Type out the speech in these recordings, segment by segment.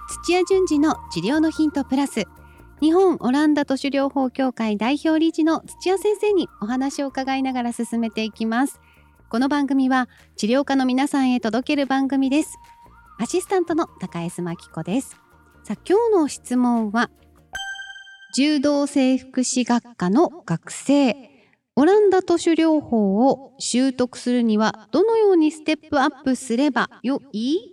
土屋順次の治療のヒントプラス、日本オランダ都市療法協会代表理事の土屋先生にお話を伺いながら進めていきます。この番組は治療家の皆さんへ届ける番組です。アシスタントの高江須真紀子です。さあ、今日の質問は、柔道整復師学科の学生、オランダ都市療法を習得するにはどのようにステップアップすればよい？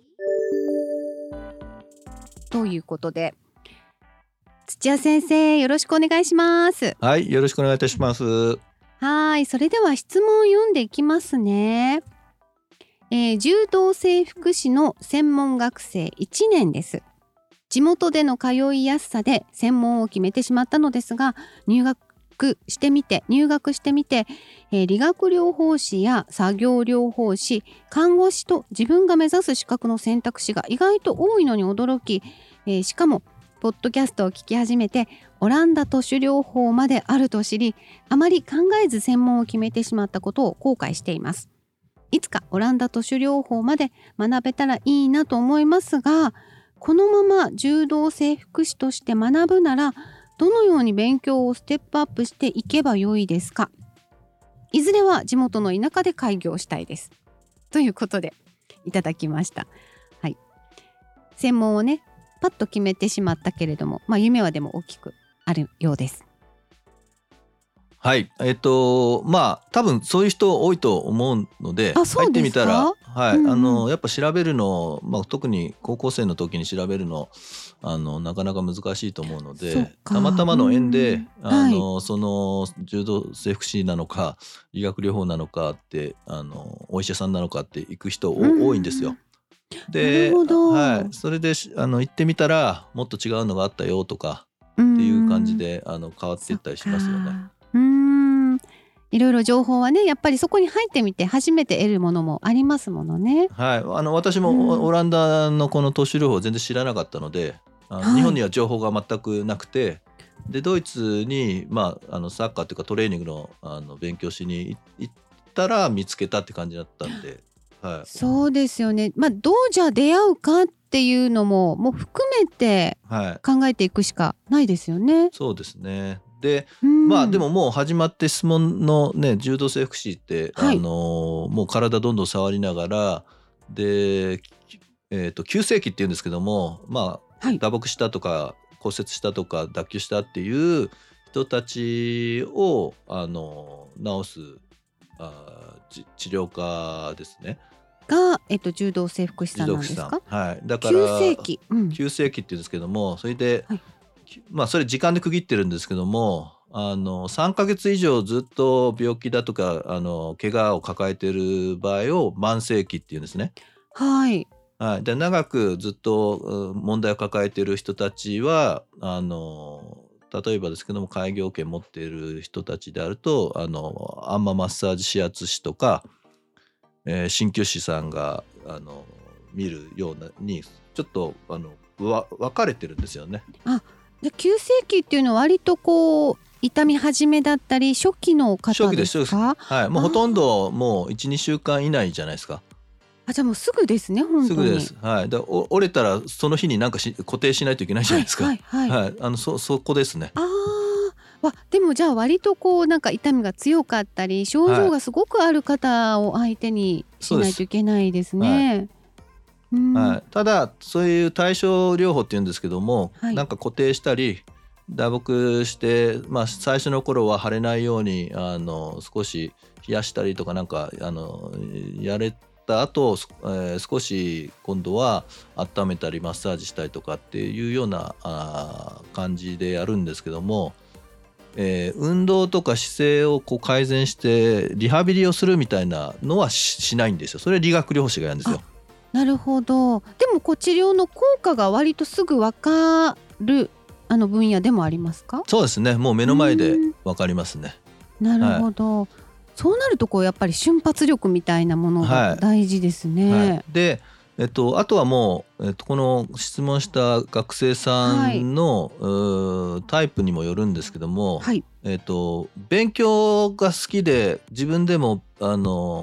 ということで、土屋先生、よろしくお願いします。 はい、よろしくお願いいたします。 はい、それでは質問を読んでいきますね。柔道整復師の専門学生1年です。地元での通いやすさで専門を決めてしまったのですが、入学してみて、理学療法士や作業療法士、看護師と自分が目指す資格の選択肢が意外と多いのに驚き、しかもポッドキャストを聞き始めてオランダ都市療法まであると知り、あまり考えず専門を決めてしまったことを後悔しています。いつかオランダ都市療法まで学べたらいいなと思いますが、このまま柔道整復師として学ぶならどのように勉強をステップアップしていけばよいですか？いずれは地元の田舎で開業したいです。ということでいただきました。はい。専門をね、パッと決めてしまったけれども、夢はでも大きくあるようです。 はい、多分そういう人多いと思うので、入ってみたら、はい、やっぱ調べるの、特に高校生の時に調べるのなかなか難しいと思うので、たまたまの縁で、その柔道整復師なのか理学療法なのかってお医者さんなのかって行く人多いんですよ。で、はい、それで行ってみたらもっと違うのがあったよとかっていう感じで変わっていったりしますよね。 いろいろ情報はね、やっぱりそこに入ってみて初めて得るものもありますものね。 はい、私もオランダのこの都市療法全然知らなかったので、日本には情報が全くなくて、でドイツに、サッカーというかトレーニングの、勉強しに行ったら見つけたって感じだったんで、はい、 そうですよね。どうじゃ出会うかっていうのも含めて考えていくしかないですよね。 そうですね。で、でももう始まって質問のね、柔道整復師って、もう体どんどん触りながらで、急性期っていうんですけども、打撲したとか骨折したとか脱臼したっていう人たちを治す治療家ですね。 が、柔道整復師さんなんですか？ はい、だから急性期、 っていうんですけども、それで、それ時間で区切ってるんですけども、3ヶ月以上ずっと病気だとか怪我を抱えている場合を慢性期っていうんですね。 はい、 はい、で長くずっと問題を抱えている人たちは例えばですけども、開業権持っている人たちであるとアンママッサージ指圧師とか、鍼灸師さんが見るようなにちょっと分かれてるんですよね。 で急性期っていうのは割と痛み始めだったり初期の方ですか？ 初期です。はい、もうほとんどもう 1,2 週間以内じゃないですか。 じゃあもうすぐですね。本当にすぐです。はい、折れたらその日に固定しないといけないじゃないですか。そこですね。 でもじゃあ割と痛みが強かったり症状がすごくある方を相手にしないといけないですね。 ただそういう対症療法っていうんですけども、固定したり打撲して、最初の頃は腫れないように少し冷やしたりとかやれた後、少し今度は温めたりマッサージしたりとかっていうような感じでやるんですけども、運動とか姿勢を改善してリハビリをするみたいなのは しないんですよ。それ理学療法士がやるんですよ。 なるほど。でも治療の効果が割とすぐ分かる分野でもありますか？ そうですね。もう目の前で分かりますね。 なるほど、そうなるとやっぱり瞬発力みたいなものが大事ですね。 で、あとはもう、この質問した学生さんの、タイプにもよるんですけども、勉強が好きで自分でも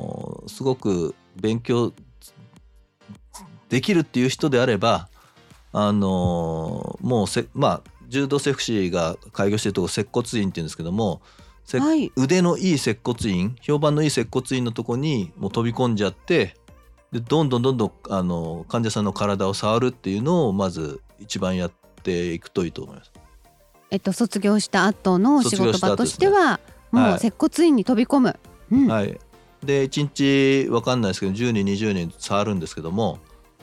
すごく勉強できるっていう人であればもう柔道整復師が開業しているところ接骨院っていうんですけども、はい、腕のいい接骨院、評判のいい接骨院のとこにもう飛び込んじゃって、でどんどん患者さんの体を触るっていうのをまず一番やっていくといいと思います。 卒業した後の仕事場としては、もう接骨院に飛び込む、 はい、で1日分かんないですけど10人20人触るんですけども、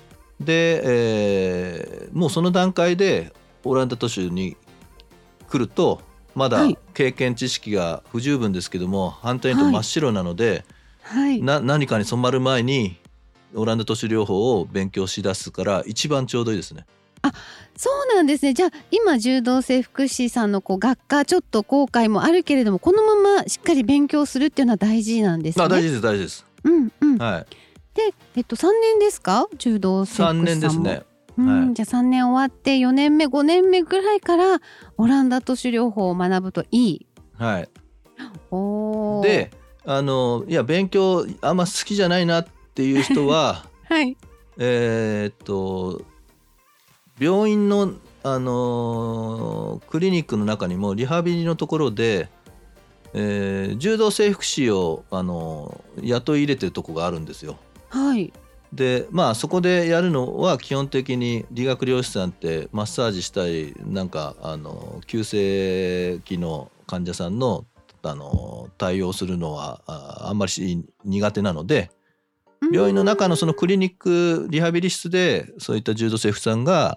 で、もうその段階でオランダ都市に来るとまだ経験知識が不十分ですけども、反対に言うと真っ白なので、何かに染まる前にオランダ都市療法を勉強しだすから一番ちょうどいいですね。 あ、そうなんですね。じゃあ今柔道整復師さんの学科ちょっと後悔もあるけれども、このまましっかり勉強するっていうのは大事なんですね。 大事です。 はい。で、3年ですか、柔道整復師さんも。3年ですね。じゃあ3年終わって4年目5年目ぐらいからオランダ都市療法を学ぶといい。 はい。で、いや勉強あんま好きじゃないなっていう人ははい。 病院の、クリニックの中にもリハビリのところで、柔道整復師を雇い入れてるとこがあるんですよ。 はい。 でそこでやるのは基本的に理学療師さんってマッサージしたりなんか急性期の患者さんの対応するのはあんまり苦手なので、病院の中のそのクリニックリハビリ室でそういった柔道整復師さんが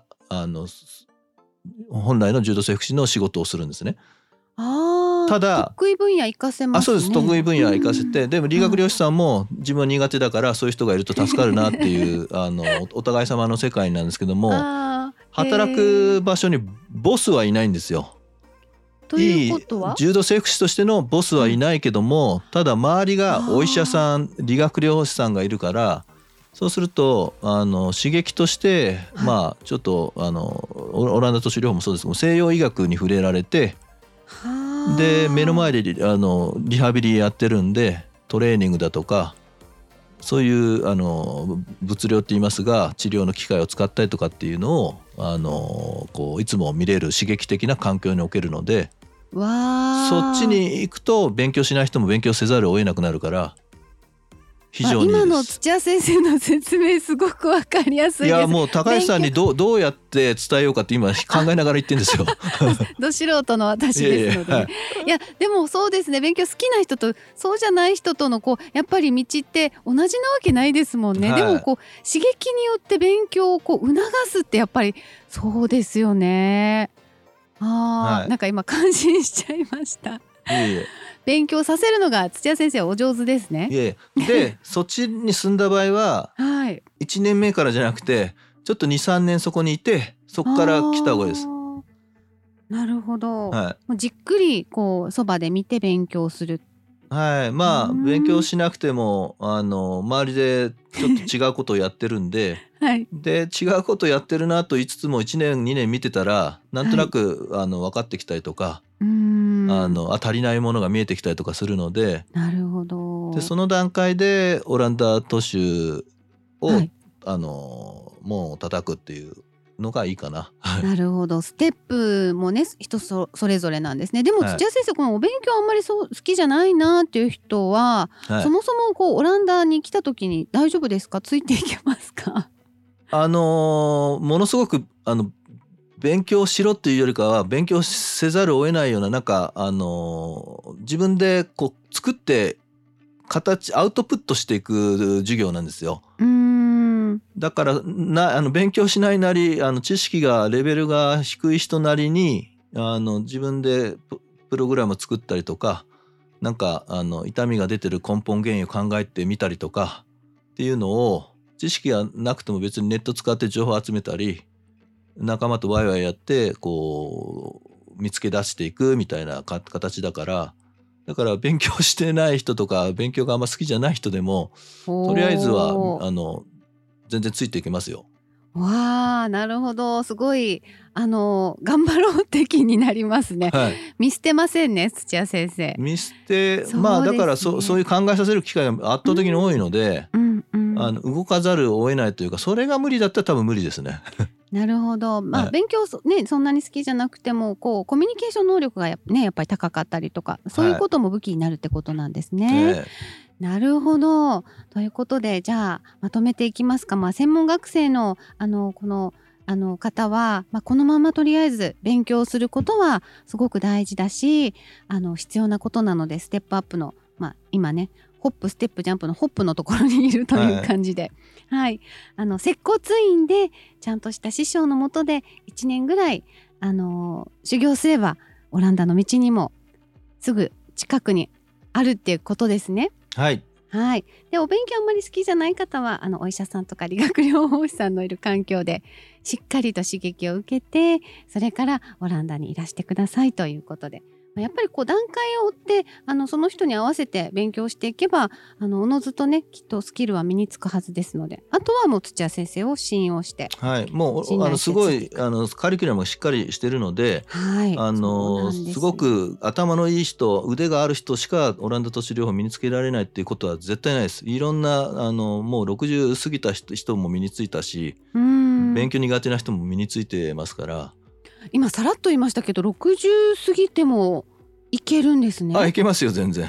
本来の柔道整復師の仕事をするんですね。ただ得意分野活かせますね。 そうです、得意分野活かせて、でも理学療師さんも自分は苦手だからそういう人がいると助かるなっていうお互い様の世界なんですけども、働く場所にボスはいないんですよ。 ということは、 いい柔道整復師としてのボスはいないけども、ただ周りがお医者さん理学療師さんがいるから、そうすると刺激として、ちょっとオランダ都市療法もそうですけど西洋医学に触れられて、で目の前でリハビリやってるんでトレーニングだとかそういう物療って言いますが治療の機械を使ったりとかっていうのをいつも見れる刺激的な環境に置けるので、そっちに行くと勉強しない人も勉強せざるを得なくなるから非常にいいです。 今の土屋先生の説明すごくわかりやすいです。 いやもう高橋さんにどうやって伝えようかって今考えながら言ってるんですよ。 ど素人の私ですので、いやでもそうですね、勉強好きな人とそうじゃない人とのやっぱり道って同じなわけないですもんね。でも刺激によって勉強を促すってやっぱりそうですよね。なんか今感心しちゃいました。勉強させるのが土屋先生お上手ですね。 でそっちに住んだ場合は1年目からじゃなくてちょっと 2,3 年そこにいてそこから来た方がいいです。 なるほど、もうじっくりそばで見て勉強する。 勉強しなくても周りでちょっと違うことをやってるんで、で違うことやってるなと言いつつも1年2年見てたらなんとなく分かってきたりとか、足りないものが見えてきたりとかするので、 なるほど。 でその段階でオランダ都市を、もう叩くっていうのがいいかな。 なるほど。ステップもね人それぞれなんですね。でも土屋先生、このお勉強あんまり好きじゃないなっていう人は、そもそもオランダに来た時に大丈夫ですか？ついていけますか？ ものすごく勉強しろっていうよりかは勉強せざるを得ないようななんか自分で作ってアウトプットしていく授業なんですよ。だから勉強しないなり知識がレベルが低い人なりに自分でプログラム作ったりとかなんか痛みが出てる根本原因を考えてみたりとかっていうのを知識がなくても別にネット使って情報を集めたり仲間とワイワイやって見つけ出していくみたいな形だから勉強してない人とか勉強があんま好きじゃない人でもとりあえずは全然ついていけますよ。 わー、なるほど。すごい頑張ろうって気になりますね。見捨てませんね土屋先生。 見捨てだからそういう考えさせる機会が圧倒的に多いので、動かざるを得ないというかそれが無理だったら多分無理ですね。 なるほど。勉強ね、そんなに好きじゃなくてもコミュニケーション能力がやっぱり高かったりとか、そういうことも武器になるってことなんですね。なるほど。ということで、じゃあまとめていきますか。専門学生のこの方は、このままとりあえず勉強することはすごく大事だし、必要なことなので、ステップアップの、今ね、ホップステップジャンプのホップのところにいるという感じで、接骨院でちゃんとした師匠のもとで1年ぐらい修行すれば、オランダの道にもすぐ近くにあるっていうことですね。はい。で、お勉強あんまり好きじゃない方はお医者さんとか理学療法士さんのいる環境でしっかりと刺激を受けて、それからオランダにいらしてくださいということで、やっぱり段階を追ってその人に合わせて勉強していけば、おのずとね、きっとスキルは身につくはずですので、あとはもう土屋先生を信用して、 もうすごいカリキュラムがしっかりしてるので、すごく頭のいい人、腕がある人しかオランダ都市療法を身につけられないっていうことは絶対ないです。いろんなもう60過ぎた人も身についたし、勉強苦手な人も身についてますから。 今さらっと言いましたけど、60過ぎてもいけるんですね。 いけますよ、全然。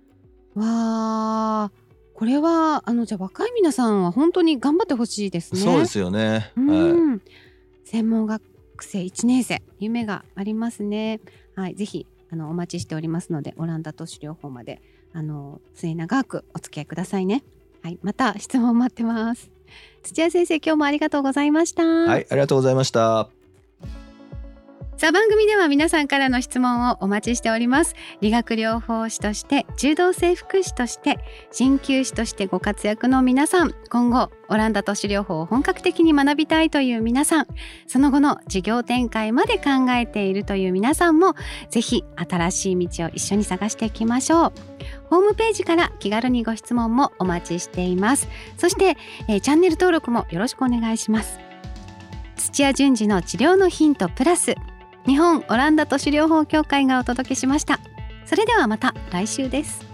わー、これはじゃあ若い皆さんは本当に頑張ってほしいですね。 そうですよね。 専門学生1年生、夢がありますね。ぜひお待ちしておりますので、オランダ都市療法まで末永くお付き合いくださいね。また質問待ってます。土屋先生、今日もありがとうございました。 ありがとうございました。 さあ、番組では皆さんからの質問をお待ちしております。理学療法士として、柔道整復師として、鍼灸師としてご活躍の皆さん、今後オランダ都市療法を本格的に学びたいという皆さん、その後の事業展開まで考えているという皆さんも、ぜひ新しい道を一緒に探していきましょう。ホームページから気軽にご質問もお待ちしています。そして、チャンネル登録もよろしくお願いします。土屋順次の治療のヒントプラス、日本オランダ都市療法協会がお届けしました。それではまた来週です。